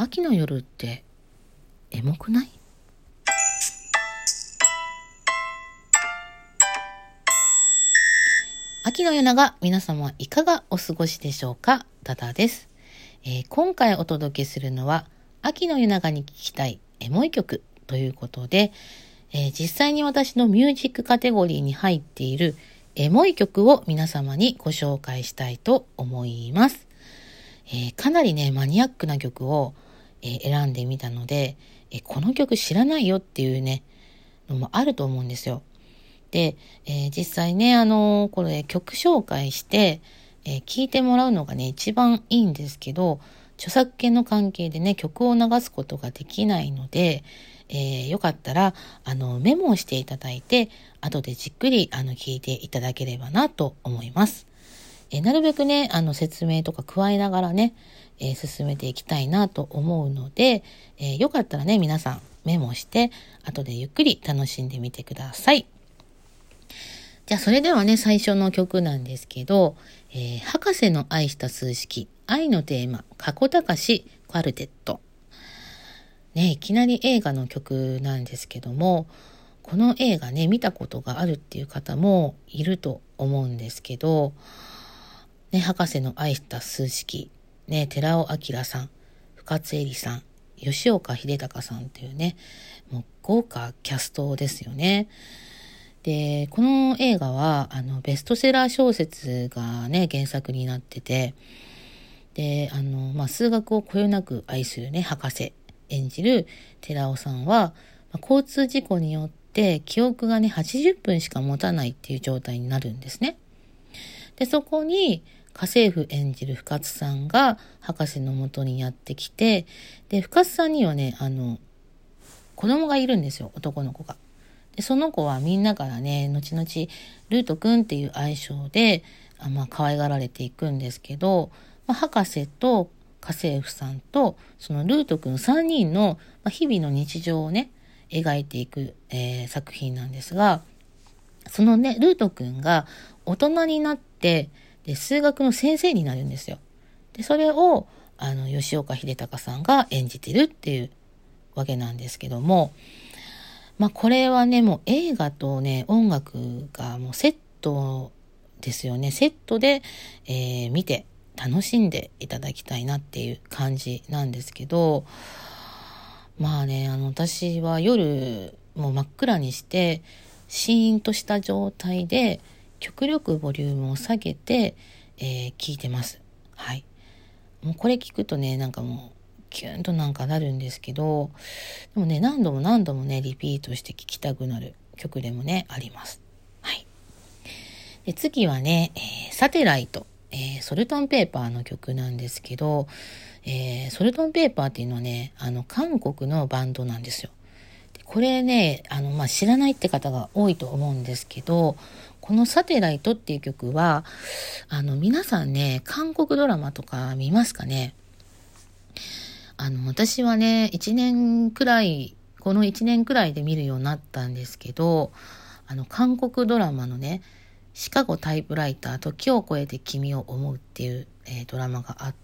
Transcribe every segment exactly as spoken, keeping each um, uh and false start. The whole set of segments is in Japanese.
秋の夜ってエモくない？秋の夜長、皆様いかがお過ごしでしょうか？ダダです、えー、今回お届けするのは秋の夜長に聴きたいエモい曲ということで、えー、実際に私のミュージックカテゴリーに入っているエモい曲を皆様にご紹介したいと思います。えー、かなりねマニアックな曲を、えー、選んでみたので、えー、この曲知らないよっていうねのもあると思うんですよ。で、えー、実際ねあのー、これ曲紹介して、えー、聞いてもらうのがね一番いいんですけど、著作権の関係でね曲を流すことができないので、えー、よかったらあのメモをしていただいて後でじっくりあの聞いていただければなと思います。えー、なるべくねあの説明とか加えながらね、えー、進めていきたいなと思うので、えー、よかったらね皆さんメモして後でゆっくり楽しんでみてください。じゃあそれではね最初の曲なんですけど、えー、博士の愛した数式愛のテーマ加古隆カルテットね、いきなり映画の曲なんですけども、この映画ね見たことがあるっていう方もいると思うんですけど、ね、博士の愛した数式、ね、寺尾明さん、深津絵里さん、吉岡秀隆さんっていうね、もう豪華キャストですよね。で、この映画はあのベストセラー小説がね原作になってて、で、あのまあ数学をこよなく愛するね博士演じる寺尾さんは、まあ、交通事故によって記憶がねはちじゅっぷんしか持たないっていう状態になるんですね。で、そこに家政婦演じる深津さんが博士の元にやってきて、で深津さんにはねあの子供がいるんですよ、男の子が。でその子はみんなからね後々ルートくんっていう愛称であ、まあ、可愛がられていくんですけど、まあ、博士と家政婦さんとそのルートくんさんにんの日々の日常をね描いていく、えー、作品なんですが、そのねルートくんが大人になってで数学の先生になるんですよ。でそれをあの吉岡秀隆さんが演じてるっていうわけなんですけども、まあこれはねもう映画とね音楽がもうセットですよね。セットで、えー、見て楽しんでいただきたいなっていう感じなんですけど、まあねあの私は夜もう真っ暗にしてシーンとした状態で極力ボリュームを下げて、えー、聞いてます。はい。もうこれ聞くとねなんかもうキュンとなんかなるんですけど、でもね何度も何度もねリピートして聴きたくなる曲でもねあります。はい。で次はね、えー、サテライト、えー、ソルトンペーパーの曲なんですけど、えー、ソルトンペーパーっていうのはねあの韓国のバンドなんですよ。でこれねあの、まあ、知らないって方が多いと思うんですけど、このサテライトっていう曲はあの皆さんね韓国ドラマとか見ますかね？あの私はねいちねんくらいこのいちねんくらいで見るようになったんですけど、あの韓国ドラマのねシカゴタイプライター時を超えて君を思うっていう、えー、ドラマがあって、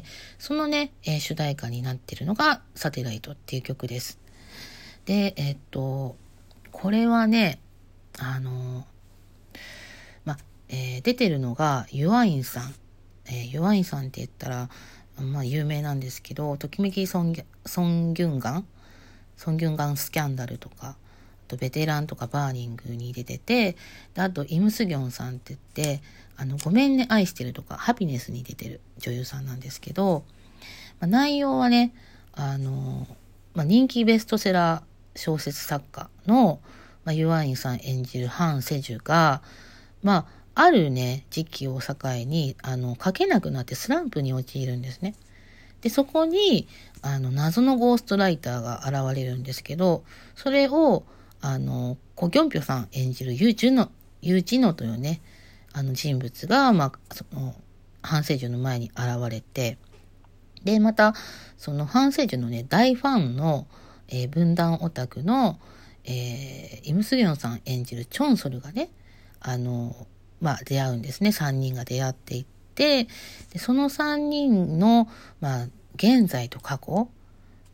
そのね、えー、主題歌になってるのがサテライトっていう曲です。でえー、っとこれはねあのまえー、出てるのがユアインさん、えー、ユアインさんって言ったらまあ有名なんですけど、ときめきソンギュソンギュンガンソンギュンガンスキャンダルとか、あとベテランとかバーニングに出てて、であとイムスギョンさんって言ってあのごめんね愛してるとかハピネスに出てる女優さんなんですけど、まあ、内容はねあの、まあ、人気ベストセラー小説作家の、まあ、ユアインさん演じるハン・セジュがまああるね時期を境にあの書けなくなってスランプに陥るんですね。でそこにあの謎のゴーストライターが現れるんですけど、それをあのコギョンピョさん演じるユージュノユージノというねあの人物が、まあ、そのハンセイジュの前に現れて、でまたそのハンセイジュのね大ファンの、えー、分断オタクの、えー、イムスギョンさん演じるチョンソルがねあのまあ出会うんですね。さんにんが出会っていって、でそのさんにんのまあ現在と過去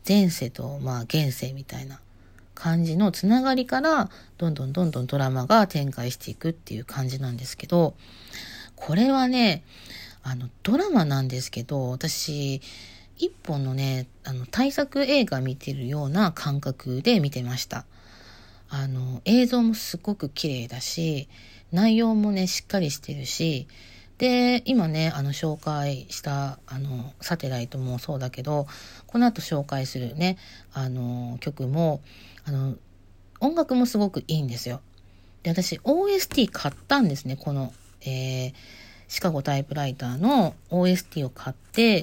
前世とまあ現世みたいな感じのつながりからどんどんどんどんドラマが展開していくっていう感じなんですけど、これはね、あのドラマなんですけど、私一本のね、あの大作映画見てるような感覚で見てました。あの映像もすごく綺麗だし、内容もねしっかりしてるし、で今ねあの紹介したあのサテライトもそうだけど、この後紹介するねあの曲もあの音楽もすごくいいんですよ。で私 オーエスティー 買ったんですね。この、えー、シカゴタイプライターの オーエスティー を買って、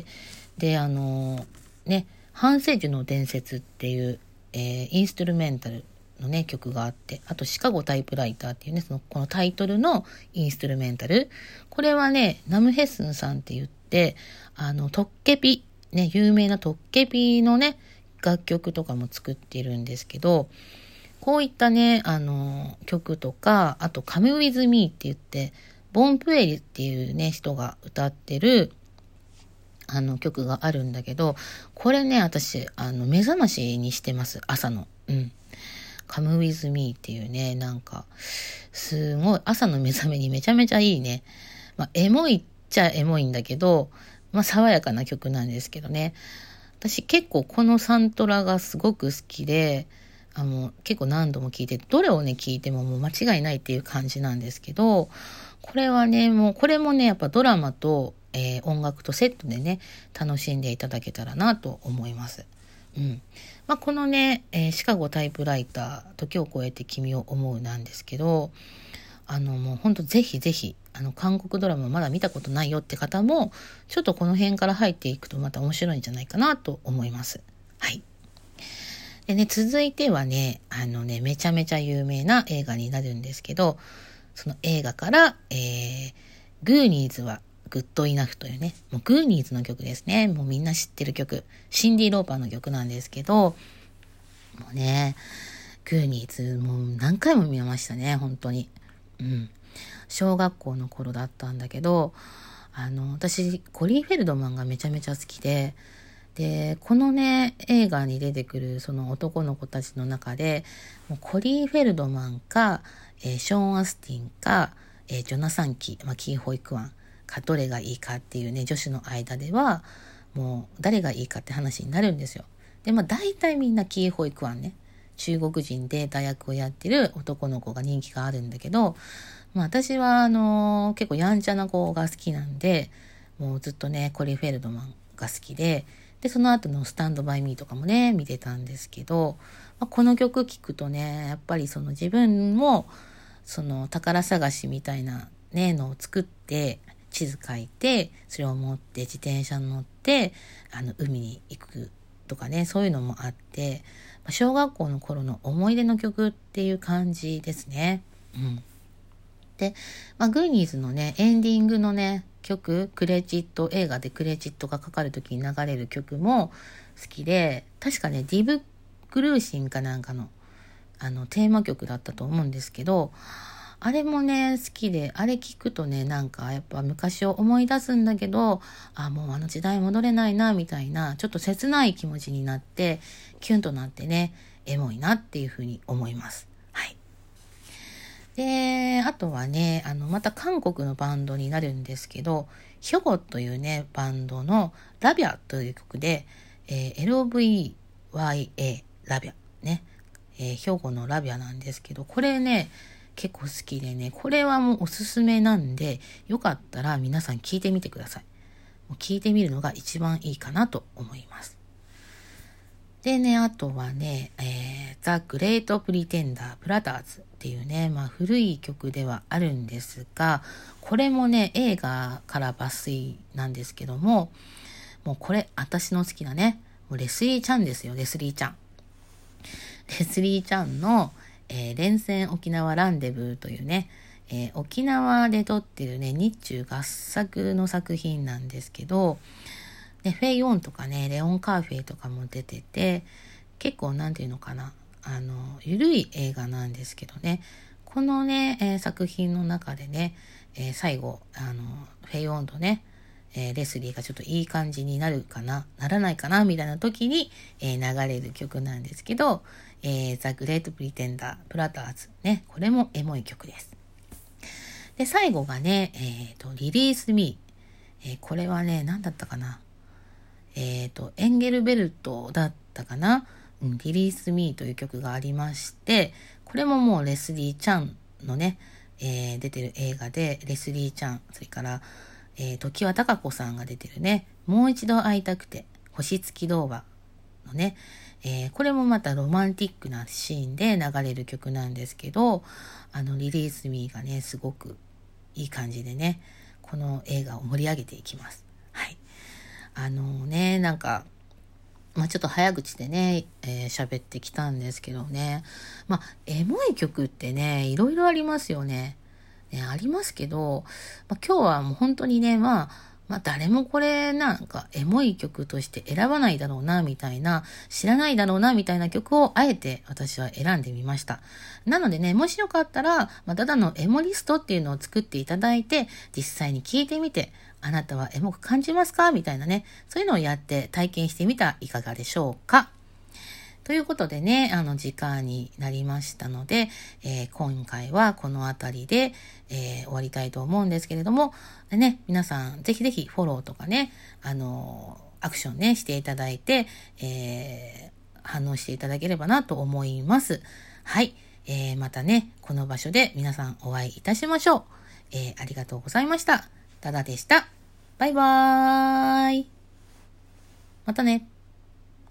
であのねハンセジュの伝説っていう、えー、インストゥルメンタルのね曲があって、あとシカゴタイプライターっていうね、そのこのタイトルのインストゥルメンタル、これはねナムヘッスンさんって言って、あのトッケピね、有名なトッケピのね楽曲とかも作っているんですけど、こういったねあの曲とか、あとカムウィズミーって言ってボンプエリっていうね人が歌ってるあの曲があるんだけど、これね私あの目覚ましにしてます、朝の。うんCome with me っていうね、なんかすごい朝の目覚めにめちゃめちゃいいね。まあエモいっちゃエモいんだけど、まあ爽やかな曲なんですけどね。私結構このサントラがすごく好きで、あの結構何度も聴いて、どれをね聴いてももう間違いないっていう感じなんですけど、これはねもうこれもねやっぱドラマと、えー、音楽とセットでね楽しんでいただけたらなと思います。うんまあ、このね、えー、シカゴタイプライター時を超えて君を思うなんですけど、あのもうほんとぜひぜひあの韓国ドラマまだ見たことないよって方もちょっとこの辺から入っていくとまた面白いんじゃないかなと思います。はい。でね、続いてはねあのねめちゃめちゃ有名な映画になるんですけど、その映画から、えー、グーニーズはグッドイナフというね、もうグーニーズの曲ですね。もうみんな知ってる曲、シンディ・ローパーの曲なんですけど、もうねグーニーズもう何回も見ましたね、本当に。うん小学校の頃だったんだけど、あの私コリー・フェルドマンがめちゃめちゃ好きで、でこのね映画に出てくるその男の子たちの中でもうコリー・フェルドマンか、えー、ショーン・アスティンか、えー、ジョナサンキー、まあ、キー・ホイ・クワンかどれがいいかっていうね女子の間ではもう誰がいいかって話になるんですよ。でまあ大体みんなキー・ホイ・クワンね、中国人で大学をやってる男の子が人気があるんだけど、まあ、私はあのー、結構やんちゃな子が好きなんで、もうずっとねコリー・フェルドマンが好きで、でその後のスタンドバイミーとかもね見てたんですけど、まあ、この曲聴くとねやっぱりその自分もその宝探しみたいなねのを作って地図書いてそれを持って自転車に乗ってあの海に行くとかね、そういうのもあって、まあ、小学校の頃の思い出の曲っていう感じですね。うんで、まあ、グーニーズのねエンディングのね曲、クレジット、映画でクレジットがかかるときに流れる曲も好きで、確かねディブ・グルーシンかなんかのあのテーマ曲だったと思うんですけど、あれもね好きで、あれ聞くとねなんかやっぱ昔を思い出すんだけど、あもうあの時代戻れないなみたいなちょっと切ない気持ちになってキュンとなってねエモいなっていうふうに思います。はい。であとはねあのまた韓国のバンドになるんですけど、ヒョゴというねバンドのラビャという曲で、えー、エルオーブイワイエー ラビャね、えー、兵庫のラビャなんですけど、これね結構好きでね、これはもうおすすめなんでよかったら皆さん聞いてみてください。もう聞いてみるのが一番いいかなと思います。でね、あとはね、えー、The Great Pretender Brothers っていうね、まあ古い曲ではあるんですが、これもね、映画から抜粋なんですけども、もうこれ私の好きなね、もうレスリーちゃんですよ、レスリーちゃん。レスリーちゃんの、えー、連戦沖縄ランデブーというね、えー、沖縄で撮ってるね、日中合作の作品なんですけど、でフェイオンとかねレオンカーフェイとかも出てて、結構なんていうのかな、あのゆるい映画なんですけどね、このね、えー、作品の中でね、えー、最後あのフェイオンとね、 えー、レスリーがちょっといい感じになるかな、ならないかな、みたいな時に、えー、流れる曲なんですけど、えー、The Great Pretender、プラターズ。ね、これもエモい曲です。で、最後がね、えっと、Release Me。えー、これはね、何だったかな。えっと、エンゲルベルトだったかな。うん、Release Me という曲がありまして、これももうレスリー・チャンのね、えー、出てる映画で、レスリー・チャン、それから、えー、常盤貴子さんが出てるね、もう一度会いたくて、星付き童話のね、えー、これもまたロマンティックなシーンで流れる曲なんですけど、あの、リリースミーがね、すごくいい感じでね、この映画を盛り上げていきます。はい。あのね、なんか、まあちょっと早口でね、えー、喋ってきたんですけどね。まあ、エモい曲ってね、いろいろありますよね。ね、ありますけど、まあ、今日はもう本当にね、まあ、まあ誰もこれなんかエモい曲として選ばないだろうな、みたいな、知らないだろうな、みたいな曲をあえて私は選んでみました。なのでね、もしよかったら、まあ、ただのエモリストっていうのを作っていただいて、実際に聴いてみて、あなたはエモく感じますかみたいなね、そういうのをやって体験してみたらいかがでしょうか。ということでね、あの時間になりましたので、えー、今回はこのあたりで、えー、終わりたいと思うんですけれども、でね、皆さんぜひぜひフォローとかね、あのー、アクションね、していただいて、えー、反応していただければなと思います。はい、えー、またね、この場所で皆さんお会いいたしましょう。えー、ありがとうございました。ダダでした。バイバーイ。またね。